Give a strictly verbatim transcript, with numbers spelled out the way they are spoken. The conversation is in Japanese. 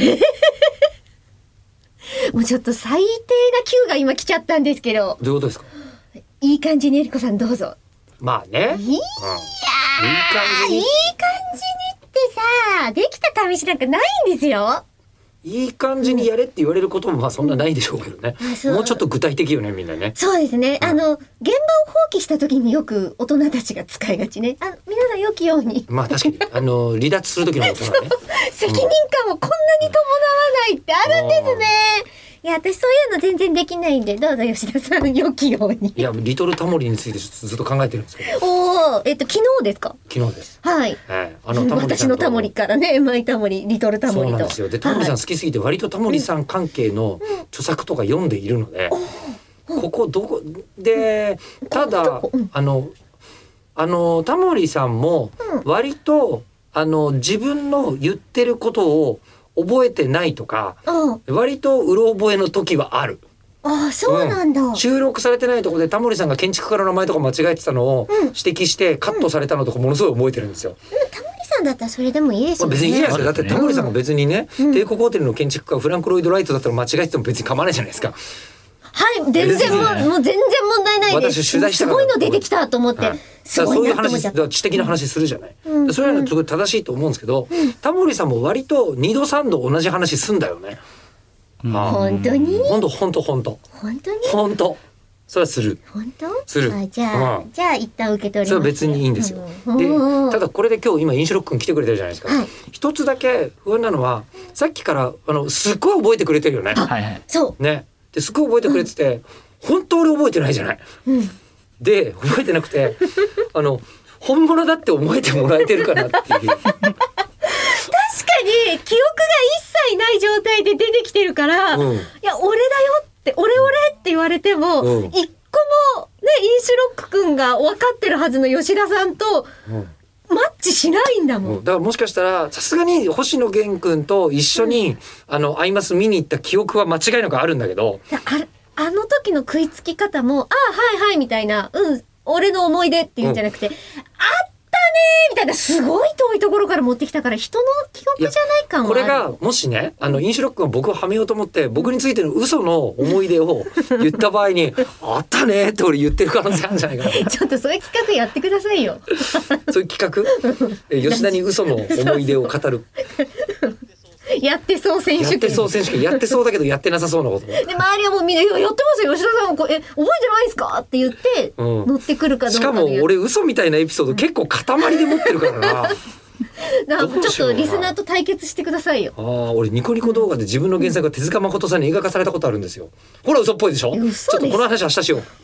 もうちょっと最低なきゅうが今来ちゃったんですけど。 どういうことですか？ いい感じにえりこさんどうぞ。 まあね、いやー、うん、いい感じにいい感じにってさ、できた試しなんかないんですよ。 いい感じにやれって言われることもまあそんなないでしょうけどね、うん、もうちょっと具体的よねみんなね。 そうですね、うん、あの現場を放棄した時によく大人たちが使いがちね。あ、皆さん良きように。 まあ確かにあの離脱する時の大人ね責任感をこんなに伴わないってあるんですね。いや、私そういうの全然できないんで、どうぞ吉田さん良きように。 いや、リトルタモリについてずっと考えてるんですけど。 おお、えっと昨日ですか？ 昨日です。 はい。 えー、あのタモリさんと私のタモリからね、マイタモリ、リトルタモリと。 そうなんですよ。で、タモリさん好きすぎて、割とタモリさん関係の著作とか読んでいるので、うんうん、ここどこで、ただ、うん、あのあのタモリさんも割と、あの自分の言ってることを覚えてないとか、うん、割とうろ覚えの時はある。 ああ、そうなんだ、 うん、収録されてないところでタモリさんが建築家の名前とか間違えてたのを指摘してカットされたのとかものすごい覚えてるんですよ、 うんうん、タモリさんだったらそれでもいいですよね。 別にいいじゃないですか。だってタモリさんが別にね、うん、帝国ホテルの建築家フランク・ロイド・ライトだったら間違えてても別に構わないじゃないですか。 はい、全然もう、もう全然問題ないです。 私取材したからすごいの出てきたと思って、はい、すごいなと思っちゃった。 そういう話、知的な話するじゃない、うん、それはすごい正しいと思うんですけど、うん、タモリさんも割とにどさんど同じ話すんだよね、 うん、本当に本当本当本当本当に本当それはする本当する。 あ、じゃあ、うん、じゃあ一旦受け取ります。 それは別にいいんですよ、うん、でただこれで今日今インシュロック君来てくれてるじゃないですか、はい、一つだけ不安なのはさっきからあのすっごい覚えてくれてるよね。 はいはい、そうね、ですっごい覚えてくれてて、うん本当俺覚えてないじゃない、うん、で覚えてなくてあの本物だって思えてもらえてるかなっていう確かに記憶が一切ない状態で出てきてるから、うん、いや俺だよって俺俺って言われても、うん、一個もねインシュロック君が分かってるはずの吉田さんと、うんマッチしないんだもん、 うん、だからもしかしたらさすがに星野源君と一緒に、うん、あのアイマス見に行った記憶は間違いなくあるんだけどああの時の食いつき方もああはいはいみたいなうん俺の思い出っていうんじゃなくて、うん、あったねみたいなすごい遠いところから持ってきたから人の記憶じゃない感はある。 これがもしねあのインシュロックが僕をはめようと思って僕についての嘘の思い出を言った場合にあったねって俺言ってる可能性あるんじゃないかなちょっとそういう企画やってくださいよそういう企画吉田に嘘の思い出を語るやってそう選手権やってそう選手権やってそうだけどやってなさそうなことで周りはもうみんなやってますよ吉田さんこえ覚えてないですかって言って、うん、乗ってくるかどうか。 しかも俺嘘みたいなエピソード結構塊で持ってるからなだからちょっとリスナーと対決してくださいよ。 ああ俺ニコニコ動画で自分の原作が手塚誠さんに映画化されたことあるんですよ。ほら嘘っぽいでしょ。 嘘です。 ちょっとこの話明日しよう